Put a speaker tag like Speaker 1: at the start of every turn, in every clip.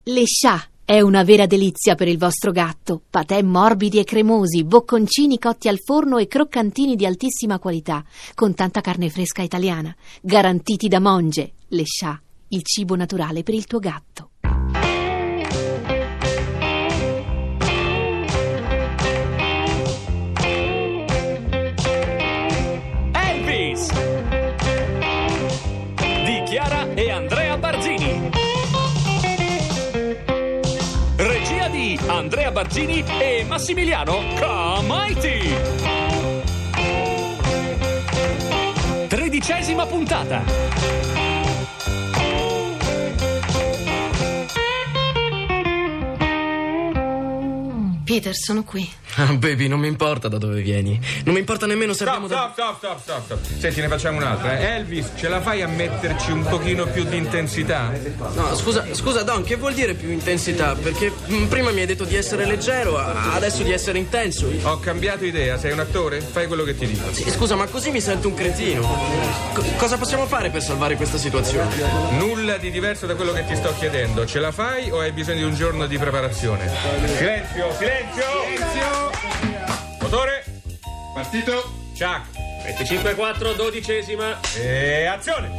Speaker 1: Le Chat è una vera delizia per il vostro gatto. Patè morbidi e cremosi, bocconcini cotti al forno e croccantini di altissima qualità, con tanta carne fresca italiana, garantiti da Monge. Le Chat, il cibo naturale per il tuo gatto.
Speaker 2: Elvis di Chiara e Andrea Barzini. Regia di Andrea Barzini e Massimiliano Comaiti. 13ª puntata.
Speaker 1: Peter, sono qui.
Speaker 3: Ah, baby, non mi importa da dove vieni. Non mi importa nemmeno se abbiamo
Speaker 4: Stop. Senti, ne facciamo un'altra. Elvis, ce la fai a metterci un pochino più di intensità?
Speaker 3: No, scusa Don, che vuol dire più intensità? Perché prima mi hai detto di essere leggero, adesso di essere intenso.
Speaker 4: Ho cambiato idea, sei un attore? Fai quello che ti dico.
Speaker 3: Sì, scusa, ma così mi sento un cretino. Cosa possiamo fare per salvare questa situazione?
Speaker 4: Nulla di diverso da quello che ti sto chiedendo. Ce la fai o hai bisogno di un giorno di preparazione? Silenzio! Motore!
Speaker 5: Partito!
Speaker 4: Chuck!
Speaker 2: 25-4, 12ª.
Speaker 4: E azione!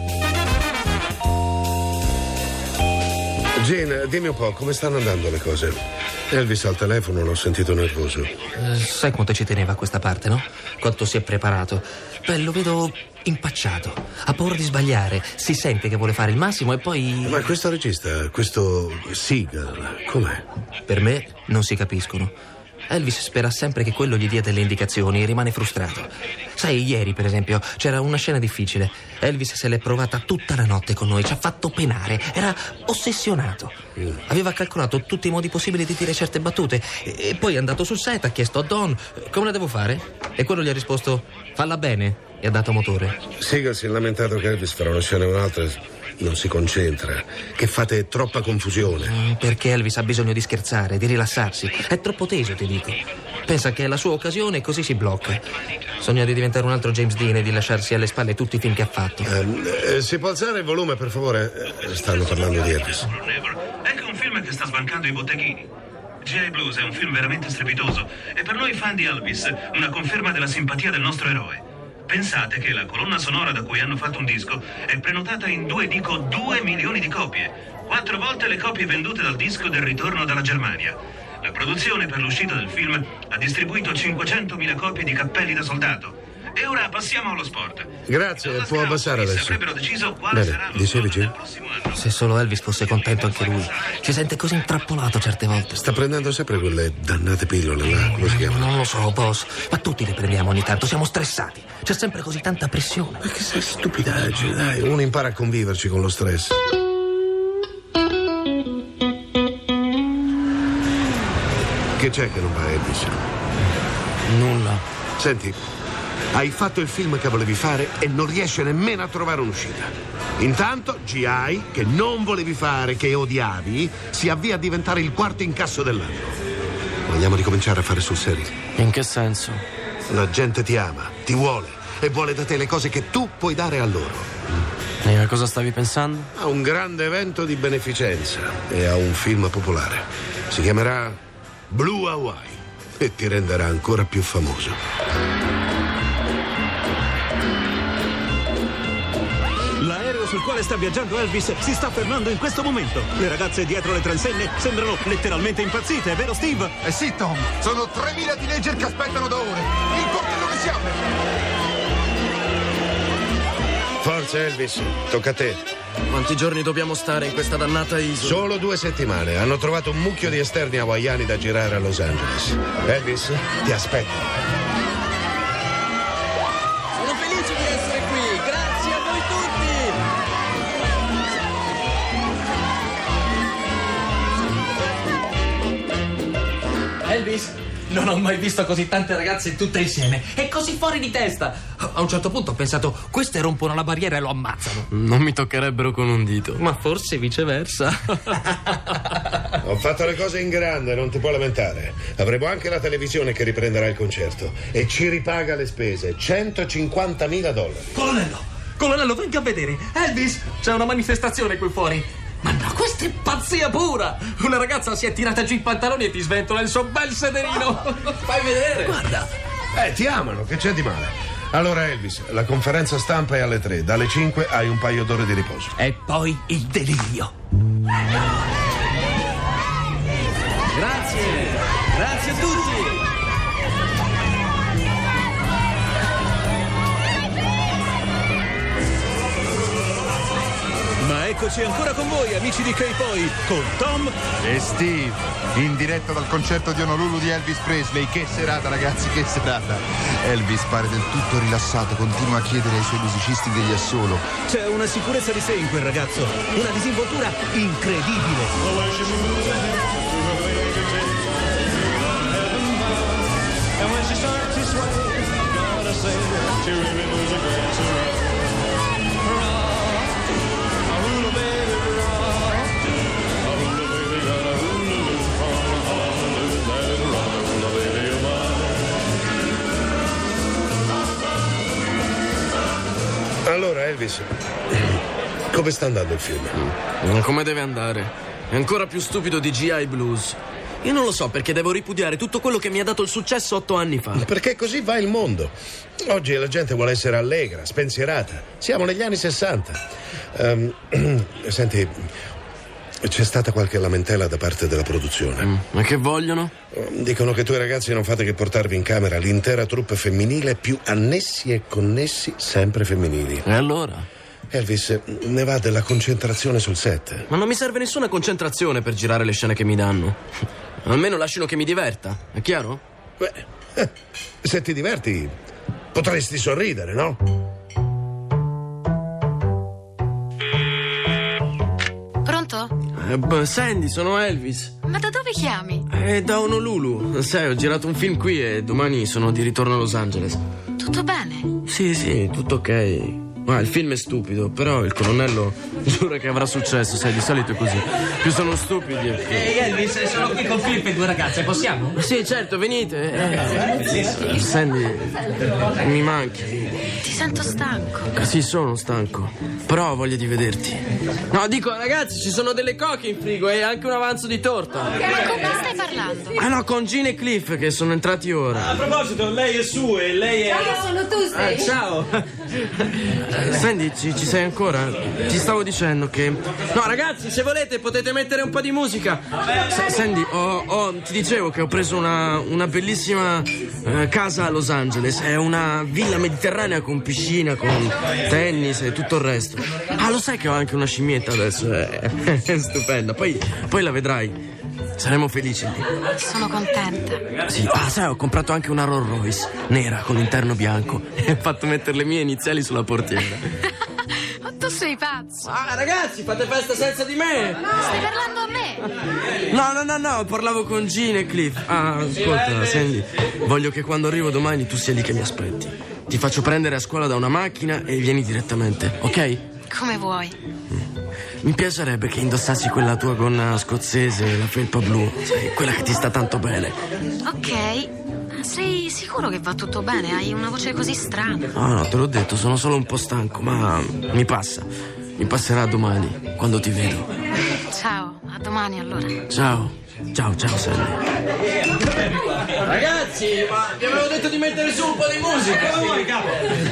Speaker 5: Gene, dimmi un po', come stanno andando le cose? Elvis al telefono, l'ho sentito nervoso.
Speaker 3: Sai quanto ci teneva a questa parte, no? Quanto si è preparato. Beh, lo vedo impacciato, ha paura di sbagliare, si sente che vuole fare il massimo e poi...
Speaker 5: Ma questo regista, questo Seagal, com'è?
Speaker 3: Per me non si capiscono. Elvis spera sempre che quello gli dia delle indicazioni e rimane frustrato. Sai, ieri per esempio c'era una scena difficile. Elvis se l'è provata tutta la notte con noi, ci ha fatto penare, era ossessionato. Aveva calcolato tutti i modi possibili di dire certe battute e poi è andato sul set, ha chiesto a Don come la devo fare e quello gli ha risposto falla bene e ha dato motore.
Speaker 5: Seagal si è lamentato che Elvis farà una scena o un'altra, non si concentra, che fate troppa confusione.
Speaker 3: Perché Elvis ha bisogno di scherzare, di rilassarsi. È troppo teso, ti dico. Pensa che è la sua occasione e così si blocca. Sogna di diventare un altro James Dean e di lasciarsi alle spalle tutti i film che ha fatto.
Speaker 5: Si può alzare il volume, per favore? Stanno parlando di Elvis.
Speaker 6: Ecco un film che sta sbancando i botteghini. G.I. Blues è un film veramente strepitoso e per noi fan di Elvis una conferma della simpatia del nostro eroe. Pensate che la colonna sonora da cui hanno fatto un disco è prenotata in 2 milioni di copie. 4 volte le copie vendute dal disco del ritorno dalla Germania. La produzione per l'uscita del film ha distribuito 500.000 copie di cappelli da soldato. E ora passiamo allo sport.
Speaker 5: Grazie, può abbassare adesso.
Speaker 6: Avrebbero deciso quale sarà lo
Speaker 5: dicevi,
Speaker 6: sport del
Speaker 5: Jim?
Speaker 6: prossimo anno.
Speaker 3: Se solo Elvis fosse contento anche lui. Si sente così intrappolato certe volte.
Speaker 5: Sta prendendo sempre quelle dannate pillole là, come si chiamano?
Speaker 3: Non lo so, boss, ma tutti le prendiamo ogni tanto, siamo stressati. C'è sempre così tanta pressione.
Speaker 5: Ma che sei stupidaggine, dai, uno impara a conviverci con lo stress. Che c'è che non va, Elvis?
Speaker 3: Nulla.
Speaker 5: Senti, hai fatto il film che volevi fare e non riesci nemmeno a trovare un'uscita. Intanto G.I., che non volevi fare, che odiavi, si avvia a diventare il 4º incasso dell'anno. Vogliamo ricominciare a fare sul serio?
Speaker 3: In che senso?
Speaker 5: La gente ti ama, ti vuole e vuole da te le cose che tu puoi dare a loro.
Speaker 3: E a cosa stavi pensando?
Speaker 5: A un grande evento di beneficenza e a un film popolare. Si chiamerà Blue Hawaii e ti renderà ancora più famoso.
Speaker 7: L'aereo sul quale sta viaggiando Elvis si sta fermando in questo momento. Le ragazze dietro le transenne sembrano letteralmente impazzite, è vero Steve?
Speaker 8: Eh sì, Tom, sono 3.000 teenager che aspettano da ore. In portello che siamo?
Speaker 5: Forza Elvis, tocca a te.
Speaker 3: Quanti giorni dobbiamo stare in questa dannata isola?
Speaker 5: Solo 2 settimane. Hanno trovato un mucchio di esterni hawaiani da girare a Los Angeles. Elvis, ti aspetto.
Speaker 3: Sono felice di essere qui, grazie a voi tutti. Elvis, non ho mai visto così tante ragazze tutte insieme e così fuori di testa. A un certo punto ho pensato, queste rompono la barriera e lo ammazzano. Non mi toccherebbero con un dito. Ma forse viceversa.
Speaker 5: Ho fatto le cose in grande, non ti puoi lamentare. Avremo anche la televisione che riprenderà il concerto e ci ripaga le spese, $150.000.
Speaker 3: Colonnello, venga a vedere. Elvis, c'è una manifestazione qui fuori. Ma no, questo Che pazzia pura! Una ragazza si è tirata giù i pantaloni e ti sventola il suo bel sederino. Fai vedere. Guarda.
Speaker 5: Ti amano, che c'è di male? Allora Elvis, la conferenza stampa è alle 3. Dalle 5 hai un paio d'ore di riposo.
Speaker 3: E poi il delirio. Grazie a tutti.
Speaker 7: Ma eccoci ancora con voi, amici di K-Poi, con Tom
Speaker 8: E Steve, in diretta dal concerto di Honolulu di Elvis Presley. Che serata, ragazzi, che serata. Elvis pare del tutto rilassato, continua a chiedere ai suoi musicisti degli assolo.
Speaker 7: C'è una sicurezza di sé in quel ragazzo, una disinvoltura incredibile.
Speaker 5: Allora Elvis, come sta andando il film?
Speaker 3: Come deve andare? È ancora più stupido di G.I. Blues. Io non lo so perché devo ripudiare tutto quello che mi ha dato il successo 8 anni fa.
Speaker 5: Perché così va il mondo. Oggi la gente vuole essere allegra, spensierata. Siamo negli anni 60. Senti, c'è stata qualche lamentela da parte della produzione.
Speaker 3: Ma che vogliono?
Speaker 5: Dicono che tu ragazzi non fate che portarvi in camera l'intera troupe femminile, più annessi e connessi sempre femminili.
Speaker 3: E allora?
Speaker 5: Elvis, ne va della concentrazione sul set.
Speaker 3: Ma non mi serve nessuna concentrazione per girare le scene che mi danno. Almeno lasciano che mi diverta, è chiaro?
Speaker 5: Beh, se ti diverti, potresti sorridere, no?
Speaker 1: Pronto?
Speaker 3: Sandy, sono Elvis.
Speaker 1: Ma da dove chiami?
Speaker 3: Da Honolulu. Sai, ho girato un film qui e domani sono di ritorno a Los Angeles.
Speaker 1: Tutto bene?
Speaker 3: Sì, tutto ok. Ma il film è stupido, però il colonnello giura che avrà successo, sai, di solito è così. Più sono stupidi e più...
Speaker 9: Ehi Elvis, sono qui con Filippo e 2 ragazze, possiamo?
Speaker 3: Sì, certo, venite. Sandy, mi manchi.
Speaker 1: Ti sento stanco.
Speaker 3: Sì, sono stanco, però ho voglia di vederti. No, dico, ragazzi, ci sono delle coche in frigo e anche un avanzo di torta.
Speaker 1: Ma con chi stai parlando?
Speaker 3: Ah no, con Gina e Cliff che sono entrati ora.
Speaker 7: A proposito, lei è su e lei è...
Speaker 10: Io sono Tuesday.
Speaker 3: Ciao. Sandy, ci sei ancora? Ti stavo dicendo che... No, ragazzi, se volete potete mettere un po' di musica. Sandy, ti dicevo che ho preso una bellissima casa a Los Angeles. È una villa mediterranea con piscina, con tennis e tutto il resto. Ah, lo sai che ho anche una scimmietta adesso? È stupenda. Poi la vedrai. Saremo felici.
Speaker 1: Sono contenta.
Speaker 3: Sì, sai, ho comprato anche una Rolls Royce nera con l'interno bianco e ho fatto mettere le mie iniziali sulla portiera.
Speaker 1: Ma tu sei pazzo.
Speaker 3: Ah, ragazzi, fate festa senza di me.
Speaker 1: Stai parlando a me?
Speaker 3: No, parlavo con Gina e Cliff. Ah, ascolta, Sandy, voglio che quando arrivo domani tu sia lì che mi aspetti. Ti faccio prendere a scuola da una macchina e vieni direttamente, ok?
Speaker 1: Come vuoi.
Speaker 3: Mi piacerebbe che indossassi quella tua gonna scozzese, la felpa blu, sai, quella che ti sta tanto bene.
Speaker 1: Ok. Sei sicuro che va tutto bene? Hai una voce così strana.
Speaker 3: No, te l'ho detto, sono solo un po' stanco, ma mi passa. Mi passerà domani, quando ti vedo.
Speaker 1: Ciao, a domani allora.
Speaker 3: Ciao Sandy. Ragazzi, ma vi avevo detto di mettere su un po' di musica.
Speaker 9: Come vuoi, capo?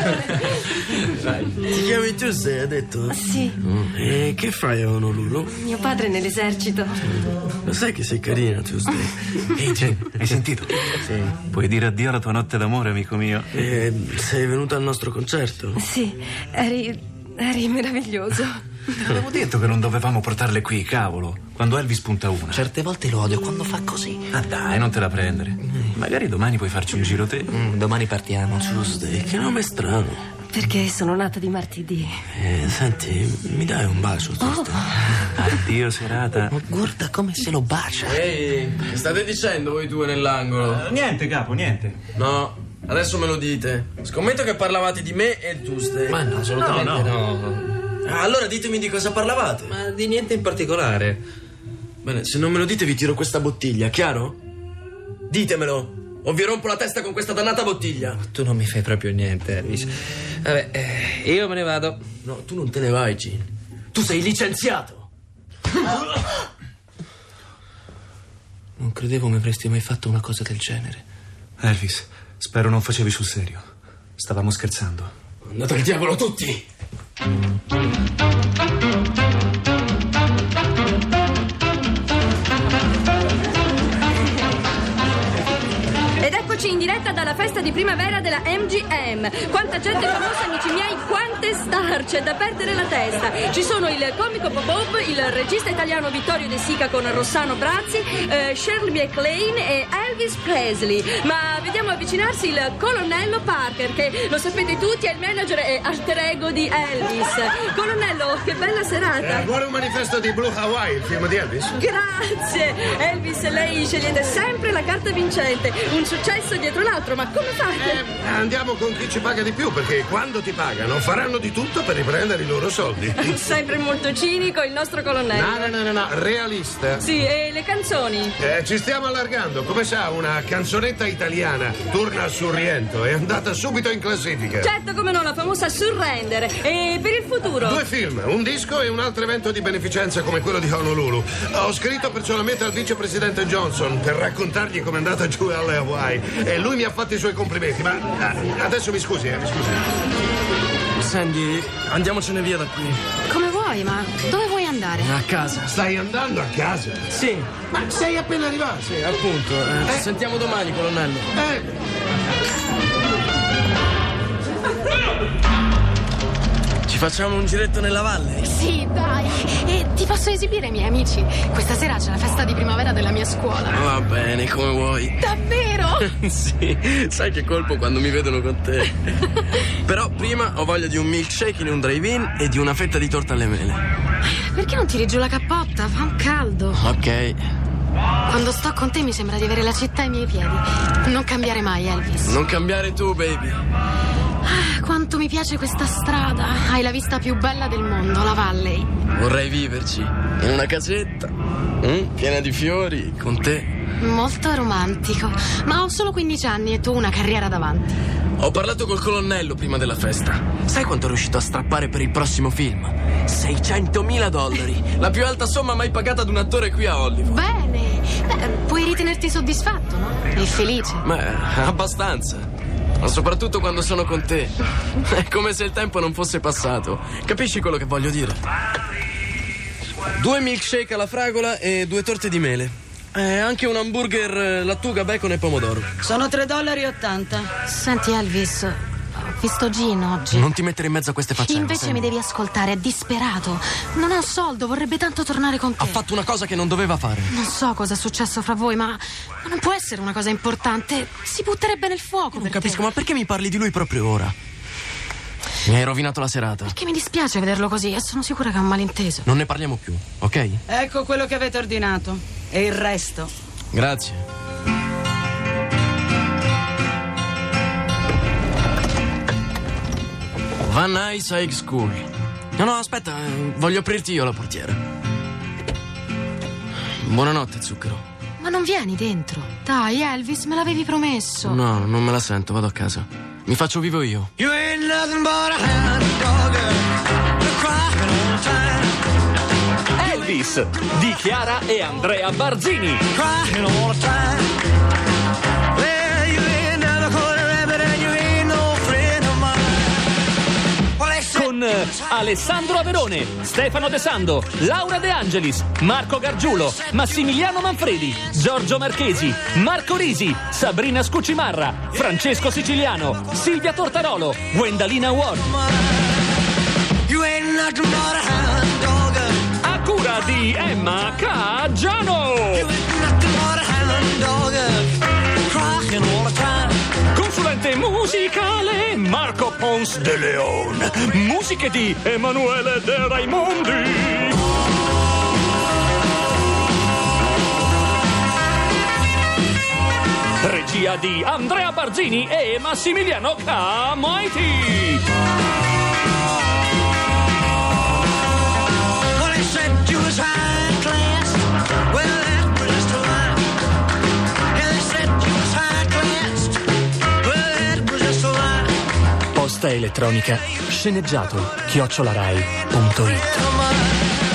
Speaker 3: Ti chiami Tuesday, hai detto?
Speaker 10: Sì.
Speaker 3: E che fai a Honolulu?
Speaker 10: Mio padre è nell'esercito.
Speaker 3: Lo sai che sei carina, Tuesday?
Speaker 11: Ehi, Jen, hai sentito?
Speaker 3: Sì.
Speaker 11: Puoi dire addio alla tua notte d'amore, amico mio?
Speaker 3: Sei venuto al nostro concerto?
Speaker 10: Sì, eri meraviglioso.
Speaker 11: Te l'avevo detto che non dovevamo portarle qui, cavolo. Quando Elvis punta una.
Speaker 3: Certe volte lo odio quando fa così.
Speaker 11: Ah dai, non te la prendere. Magari domani puoi farci un giro te.
Speaker 3: Domani partiamo. Tuesday, che nome strano.
Speaker 10: Perché sono nata di martedì.
Speaker 3: Senti, mi dai un bacio, Tuesday?
Speaker 11: Addio serata.
Speaker 3: Ma guarda come se lo bacia. Ehi, che state dicendo voi due nell'angolo?
Speaker 9: Niente, capo, niente.
Speaker 3: No, adesso me lo dite. Scommetto che parlavate di me e Tuesday.
Speaker 11: Ma no, assolutamente
Speaker 3: no. Allora ditemi di cosa parlavate.
Speaker 11: Ma di niente in particolare.
Speaker 3: Bene, se non me lo dite vi tiro questa bottiglia, chiaro? Ditemelo, o vi rompo la testa con questa dannata bottiglia.
Speaker 11: Tu non mi fai proprio niente, Elvis. Vabbè, io me ne vado.
Speaker 3: No, tu non te ne vai, Gin. Tu sei licenziato. Non credevo mi avresti mai fatto una cosa del genere.
Speaker 11: Elvis, spero non facevi sul serio. Stavamo scherzando.
Speaker 2: Andate al diavolo tutti!
Speaker 10: Ed eccoci in diretta dalla festa di primavera della MGM. Quanta gente famosa, amici miei, quante star, c'è da perdere la testa. Ci sono il comico Bob, il regista italiano Vittorio De Sica con Rossano Brazzi, Shirley MacLaine e Elvis Presley. Ma vediamo avvicinarsi il colonnello Parker, che lo sapete tutti è il manager e alter ego di Elvis. Colonnello, che bella serata.
Speaker 5: Vuole un manifesto di Blue Hawaii, il film di Elvis?
Speaker 10: Grazie. Elvis, lei scegliete sempre la carta vincente. Un successo dietro l'altro, ma come fate?
Speaker 5: Andiamo con chi ci paga di più, perché quando ti pagano faranno di tutto per riprendere i loro soldi.
Speaker 10: Sempre molto cinico il nostro colonnello.
Speaker 5: No, realista.
Speaker 10: Sì, e le canzoni?
Speaker 5: Ci stiamo allargando. Come sa, una canzonetta italiana, Torna sul rientro, è andata subito in classifica.
Speaker 10: Certo, come no, la famosa Surrender. E per il futuro?
Speaker 5: 2 film, un disco e un altro evento di beneficenza come quello di Honolulu. Ho scritto personalmente al vicepresidente Johnson per raccontargli com'è andata giù alle Hawaii e lui mi ha fatto i suoi complimenti. Ma adesso mi scusi, mi scusi.
Speaker 12: Sandy, andiamocene via da qui.
Speaker 1: Come vuoi, ma dove vuoi andare?
Speaker 12: A casa.
Speaker 5: Stai andando a casa?
Speaker 12: Sì.
Speaker 5: Ma sei appena arrivato?
Speaker 12: Sì, appunto. Ci sentiamo domani, colonnello. Ci facciamo un giretto nella valle?
Speaker 1: Sì, dai. E ti posso esibire ai miei amici? Questa sera c'è la festa di primavera della mia scuola.
Speaker 12: Va bene, come vuoi.
Speaker 1: Davvero?
Speaker 12: Sì, sai che colpo quando mi vedono con te. Però prima ho voglia di un milkshake in un drive-in e di una fetta di torta alle mele.
Speaker 1: Perché non tiri giù la cappotta? Fa un caldo.
Speaker 12: Ok.
Speaker 1: Quando sto con te mi sembra di avere la città ai miei piedi. Non cambiare mai, Elvis.
Speaker 12: Non cambiare tu, baby.
Speaker 1: Quanto mi piace questa strada. Hai la vista più bella del mondo, la Valley.
Speaker 12: Vorrei viverci in una casetta piena di fiori con te.
Speaker 1: Molto romantico. Ma ho solo 15 anni e tu una carriera davanti.
Speaker 12: Ho parlato col colonnello prima della festa. Sai quanto è riuscito a strappare per il prossimo film? $600.000. La più alta somma mai pagata ad un attore qui a Hollywood.
Speaker 1: Bene. Puoi ritenerti soddisfatto, no? E felice.
Speaker 12: Abbastanza. Ma soprattutto quando sono con te. È come se il tempo non fosse passato. Capisci quello che voglio dire? 2 milkshake alla fragola e 2 torte di mele. Anche un hamburger, lattuga, bacon e pomodoro.
Speaker 10: Sono $3,80.
Speaker 1: Senti, Elvis, ho visto Gino oggi.
Speaker 12: Non ti mettere in mezzo a queste faccende.
Speaker 1: Invece mi devi ascoltare, è disperato. Non ha un soldo, vorrebbe tanto tornare con te.
Speaker 12: Ha fatto una cosa che non doveva fare.
Speaker 1: Non so cosa è successo fra voi, ma non può essere una cosa importante. Si butterebbe nel fuoco.
Speaker 12: Non capisco, ma perché mi parli di lui proprio ora? Mi hai rovinato la serata.
Speaker 1: Perché mi dispiace vederlo così e sono sicura che è un malinteso.
Speaker 12: Non ne parliamo più, ok?
Speaker 10: Ecco quello che avete ordinato. E il resto.
Speaker 12: Grazie. Van Nuys High School. No, aspetta, voglio aprirti io la portiera. Buonanotte, zucchero.
Speaker 1: Ma non vieni dentro. Dai, Elvis, me l'avevi promesso.
Speaker 12: No, non me la sento, vado a casa. Mi faccio vivo io.
Speaker 13: You ain't nothing but a hound dog, crying all the time.
Speaker 2: Elvis di Chiara e Andrea Barzini.
Speaker 13: Crying all the time. Well, you ain't never caught a rabbit and you ain't no friend of mine. Well, they said
Speaker 2: Con Alessandro Averone, Stefano De Sando, Laura De Angelis, Marco Gargiulo, Massimiliano Manfredi, Giorgio Marchesi, Marco Risi, Sabrina Scucimarra, Francesco Siciliano, Silvia Tortarolo, Gwendalina Ward.
Speaker 13: you ain't nothing but a hound dog.
Speaker 2: A cura di Emma Caggiano.
Speaker 13: You ain't nothing but a hound dog, crying all the time.
Speaker 2: Consulente musicale Marco Pons de Leon. Musiche di Emanuele De Raimondi. Regia di Andrea Barzini e Massimiliano Camaiti.
Speaker 13: Well, they said you was high class. Well, that was the lie. Yeah, they said you was high class. Well, that was just a lie.
Speaker 2: Posta elettronica sceneggiato @rai.it.